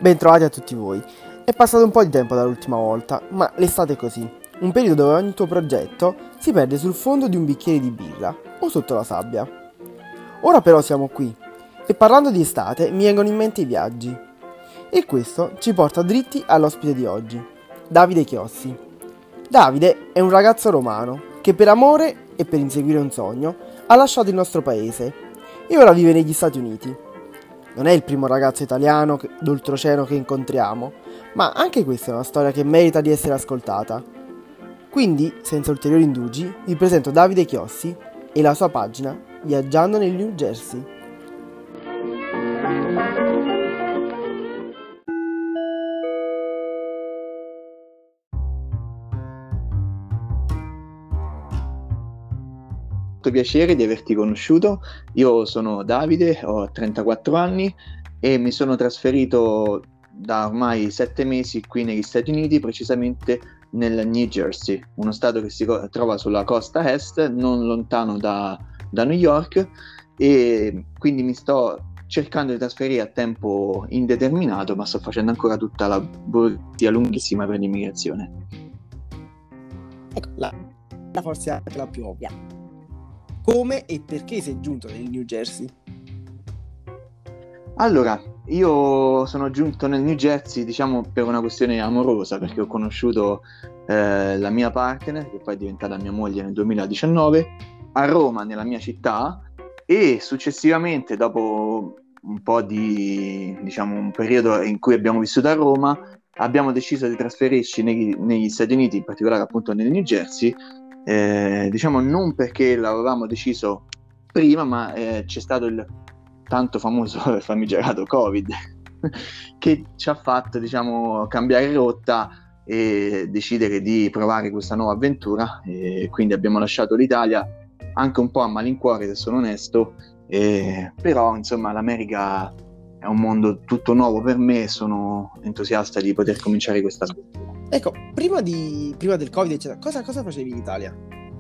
Bentrovati a tutti voi. È passato un po' di tempo dall'ultima volta, ma l'estate è così. Un periodo dove ogni tuo progetto si perde sul fondo di un bicchiere di birra o sotto la sabbia. Ora però siamo qui e parlando di estate mi vengono in mente i viaggi. E questo ci porta dritti all'ospite di oggi, Davide Chiossi. Davide è un ragazzo romano che per amore e per inseguire un sogno ha lasciato il nostro paese e ora vive negli Stati Uniti. Non è il primo ragazzo italiano d'oltreoceano che incontriamo, ma anche questa è una storia che merita di essere ascoltata. Quindi, senza ulteriori indugi, vi presento Davide Chiossi e la sua pagina Viaggiando nel New Jersey. Piacere di averti conosciuto. Io sono Davide, ho 34 anni e mi sono trasferito da ormai 7 mesi qui negli Stati Uniti, precisamente nel New Jersey, uno stato che si trova sulla costa est, non lontano da New York, e quindi mi sto cercando di trasferire a tempo indeterminato, ma sto facendo ancora tutta la burocrazia lunghissima per l'immigrazione. Ecco, la forse è anche la più ovvia. Come e perché sei giunto nel New Jersey? Allora, io sono giunto nel New Jersey, diciamo, per una questione amorosa, perché ho conosciuto la mia partner, che poi è diventata mia moglie nel 2019, a Roma, nella mia città, e successivamente, dopo un po' di, diciamo, un periodo in cui abbiamo vissuto a Roma, abbiamo deciso di trasferirci negli Stati Uniti, in particolare appunto nel New Jersey, diciamo non perché l'avevamo deciso prima, ma c'è stato il tanto famoso e famigerato Covid che ci ha fatto, diciamo, cambiare rotta e decidere di provare questa nuova avventura, e quindi abbiamo lasciato l'Italia anche un po' a malincuore, se sono onesto, però insomma l'America è un mondo tutto nuovo per me e sono entusiasta di poter cominciare questa avventura. Ecco, prima del Covid, eccetera, cosa facevi in Italia?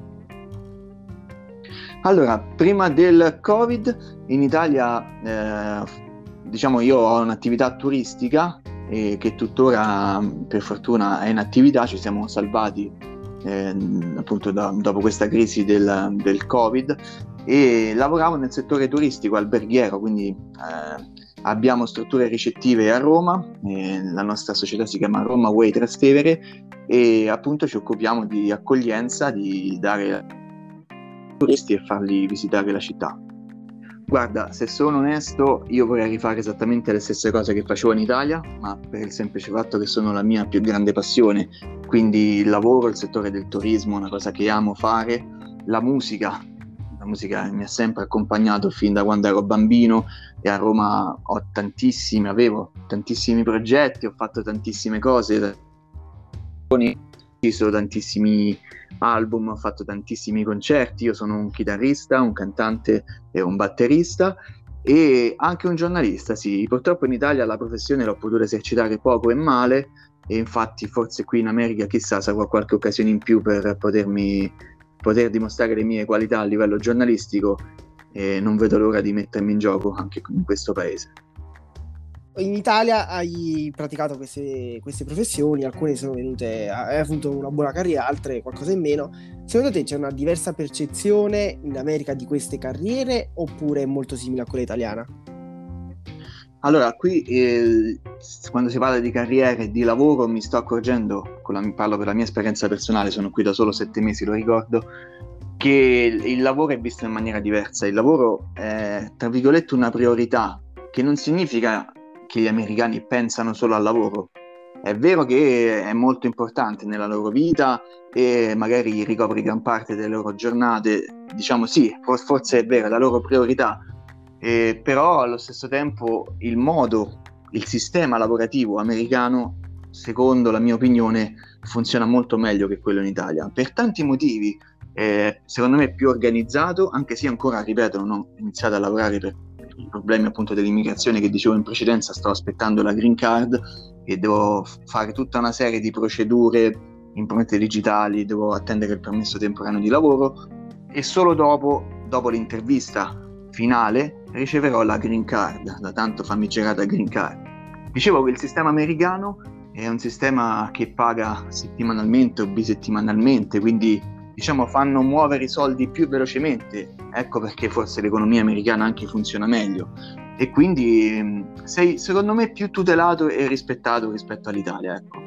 Allora, prima del Covid in Italia, diciamo, io ho un'attività turistica che tuttora, per fortuna, è in attività. Ci siamo salvati appunto dopo questa crisi del Covid, e lavoravo nel settore turistico alberghiero, quindi abbiamo strutture ricettive a Roma, la nostra società si chiama Roma Way Trastevere e appunto ci occupiamo di accoglienza, di dare turisti e farli visitare la città. Guarda, se sono onesto, io vorrei rifare esattamente le stesse cose che facevo in Italia, ma per il semplice fatto che sono la mia più grande passione, quindi il lavoro, il settore del turismo, una cosa che amo fare, la musica mi ha sempre accompagnato fin da quando ero bambino, e a Roma avevo tantissimi progetti, ho fatto tantissime cose, ho deciso tantissimi album, ho fatto tantissimi concerti. Io sono un chitarrista, un cantante e un batterista e anche un giornalista, sì. Purtroppo in Italia la professione l'ho potuta esercitare poco e male, e infatti forse qui in America chissà se avrò qualche occasione in più per poter dimostrare le mie qualità a livello giornalistico, e non vedo l'ora di mettermi in gioco anche in questo paese. In Italia hai praticato queste professioni, alcune sono venute, hai avuto una buona carriera, altre qualcosa in meno. Secondo te c'è una diversa percezione in America di queste carriere oppure è molto simile a quella italiana? Allora, qui quando si parla di carriere e di lavoro mi sto accorgendo, parlo per la mia esperienza personale, sono qui da solo 7 mesi, lo ricordo, che il lavoro è visto in maniera diversa. Il lavoro è, tra virgolette, una priorità, che non significa che gli americani pensano solo al lavoro. È vero che è molto importante nella loro vita e magari ricopre gran parte delle loro giornate, diciamo sì, forse è vero, è la loro priorità, però allo stesso tempo il sistema lavorativo americano, secondo la mmia opinione, funziona molto meglio che quello in Italia, per tanti motivi. Secondo me è più organizzato, anche se ancora, ripeto, non ho iniziato a lavorare per i problemi appunto dell'immigrazione che dicevo in precedenza. Sto aspettando la green card e devo fare tutta una serie di procedure, impronte digitali, devo attendere il permesso temporaneo di lavoro e solo dopo l'intervista finale riceverò la green card, la tanto famigerata green card. Dicevo che il sistema americano è un sistema che paga settimanalmente o bisettimanalmente, quindi diciamo fanno muovere i soldi più velocemente, ecco perché forse l'economia americana anche funziona meglio, e quindi sei secondo me più tutelato e rispettato rispetto all'Italia, ecco.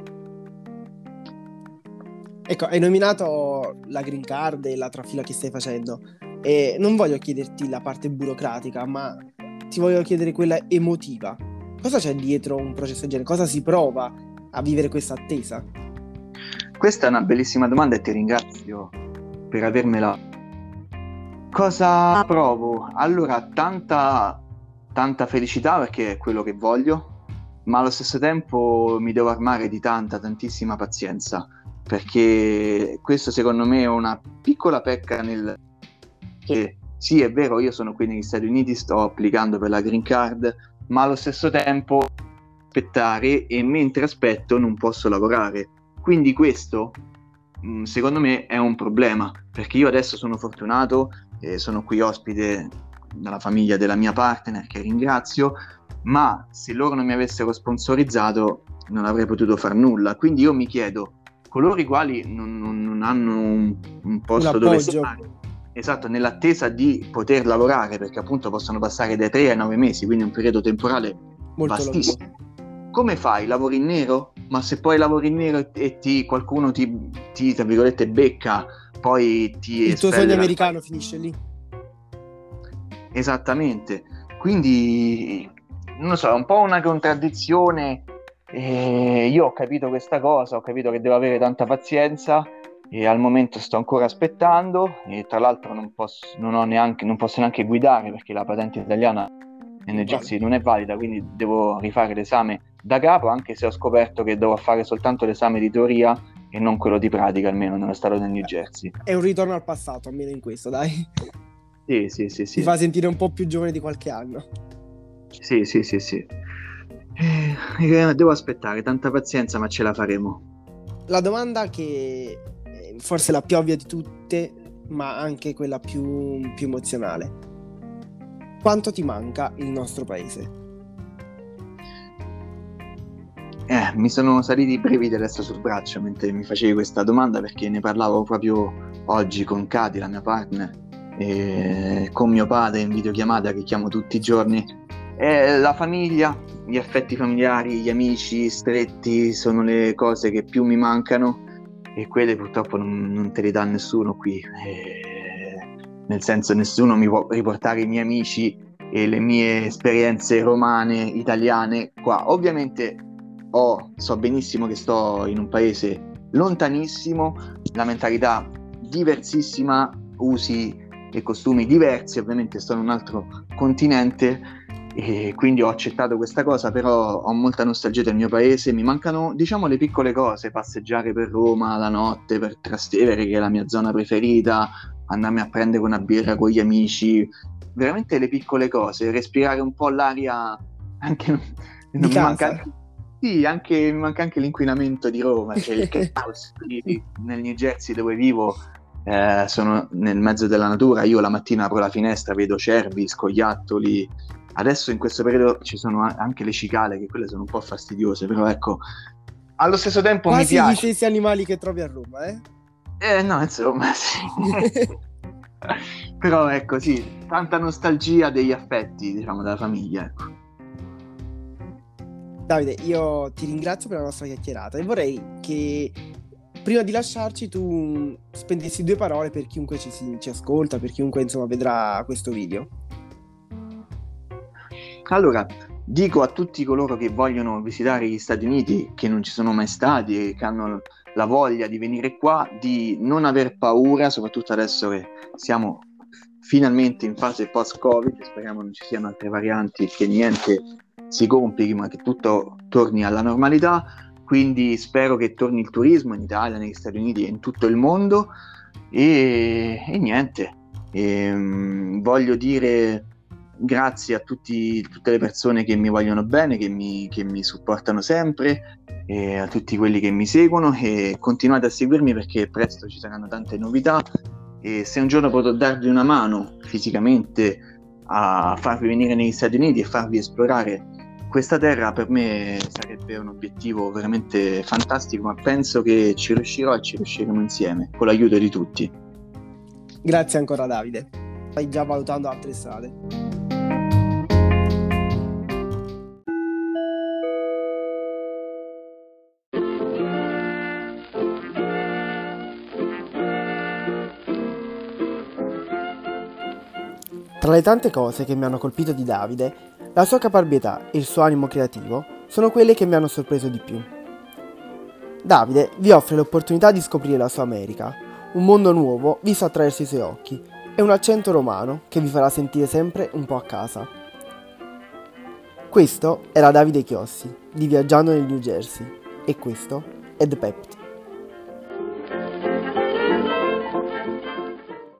Ecco, hai nominato la green card e la trafila che stai facendo, e non voglio chiederti la parte burocratica, ma ti voglio chiedere quella emotiva. Cosa c'è dietro un processo del genere? Cosa si prova a vivere questa attesa? Questa è una bellissima domanda e ti ringrazio per avermela. Cosa provo? Allora, tanta felicità perché è quello che voglio, ma allo stesso tempo mi devo armare di tantissima pazienza, perché questo secondo me è una piccola pecca che sì, è vero, io sono qui negli Stati Uniti, sto applicando per la green card, ma allo stesso tempo aspettare, e mentre aspetto non posso lavorare. Quindi questo secondo me è un problema, perché io adesso sono fortunato, sono qui ospite dalla famiglia della mia partner, che ringrazio, ma se loro non mi avessero sponsorizzato non avrei potuto far nulla. Quindi io mi chiedo, coloro i quali non hanno un posto dove stare, esatto, nell'attesa di poter lavorare, perché appunto possono passare dai 3 ai 9 mesi, quindi un periodo temporale molto vastissimo. Lungo. Come fai? Lavori in nero? Ma se poi lavori in nero e qualcuno ti tra virgolette becca, poi ti il tuo sogno americano finisce lì. Esattamente. Quindi non so, è un po' una contraddizione. Io ho capito questa cosa, ho capito che devo avere tanta pazienza e al momento sto ancora aspettando, e tra l'altro non posso neanche guidare perché la patente italiana nel New Jersey non è valida, quindi devo rifare l'esame da capo, anche se ho scoperto che devo fare soltanto l'esame di teoria e non quello di pratica, almeno nello stato del New Jersey. È un ritorno al passato, almeno in questo, dai. Sì. Ti fa sentire un po' più giovane di qualche anno. Sì. Devo aspettare, tanta pazienza, ma ce la faremo. La domanda che forse è la più ovvia di tutte, ma anche quella più emozionale. Quanto ti manca il nostro paese? Mi sono saliti i brividi adesso sul braccio mentre mi facevi questa domanda, perché ne parlavo proprio oggi con Katy, la mia partner, e con mio padre in videochiamata, che chiamo tutti i giorni. La famiglia, gli affetti familiari, gli amici stretti sono le cose che più mi mancano, e quelle purtroppo non te le dà nessuno qui. Nel senso, nessuno mi può riportare i miei amici e le mie esperienze romane, italiane qua. Ovviamente so benissimo che sto in un paese lontanissimo, la mentalità diversissima, usi e costumi diversi, ovviamente sto in un altro continente, e quindi ho accettato questa cosa, però ho molta nostalgia del mio paese. Mi mancano, diciamo, le piccole cose: passeggiare per Roma la notte, per Trastevere, che è la mia zona preferita, andarmi a prendere una birra con gli amici, veramente le piccole cose, respirare un po' l'aria anche non mi manca. Sì, mi manca anche l'inquinamento di Roma, cioè il caos. Nel New Jersey dove vivo sono nel mezzo della natura, io la mattina apro la finestra, vedo cervi, scoiattoli. Adesso in questo periodo ci sono anche le cicale, che quelle sono un po' fastidiose, però ecco, allo stesso tempo quasi mi piace. Quasi gli stessi animali che trovi a Roma, no, insomma, sì. Però ecco, sì, tanta nostalgia degli affetti, diciamo, della famiglia, ecco. Davide, io ti ringrazio per la nostra chiacchierata e vorrei che prima di lasciarci tu spendessi 2 parole per chiunque ci ascolta, per chiunque insomma vedrà questo video. Allora, dico a tutti coloro che vogliono visitare gli Stati Uniti, che non ci sono mai stati e che hanno la voglia di venire qua, di non aver paura, soprattutto adesso che siamo finalmente in fase post-Covid, speriamo non ci siano altre varianti, che niente si complichi, ma che tutto torni alla normalità. Quindi spero che torni il turismo in Italia, negli Stati Uniti e in tutto il mondo, e niente, voglio dire grazie a tutte le persone che mi vogliono bene, che mi supportano sempre, e a tutti quelli che mi seguono, e continuate a seguirmi perché presto ci saranno tante novità, e se un giorno potrò darvi una mano fisicamente a farvi venire negli Stati Uniti e farvi esplorare questa terra per me sarebbe un obiettivo veramente fantastico, ma penso che ci riuscirò e ci riusciremo insieme, con l'aiuto di tutti. Grazie ancora Davide. Stai già valutando altre strade. Tra le tante cose che mi hanno colpito di Davide, la sua caparbietà e il suo animo creativo sono quelle che mi hanno sorpreso di più. Davide vi offre l'opportunità di scoprire la sua America, un mondo nuovo visto attraverso i suoi occhi e un accento romano che vi farà sentire sempre un po' a casa. Questo era Davide Chiossi di Viaggiando nel New Jersey e questo è The Pept.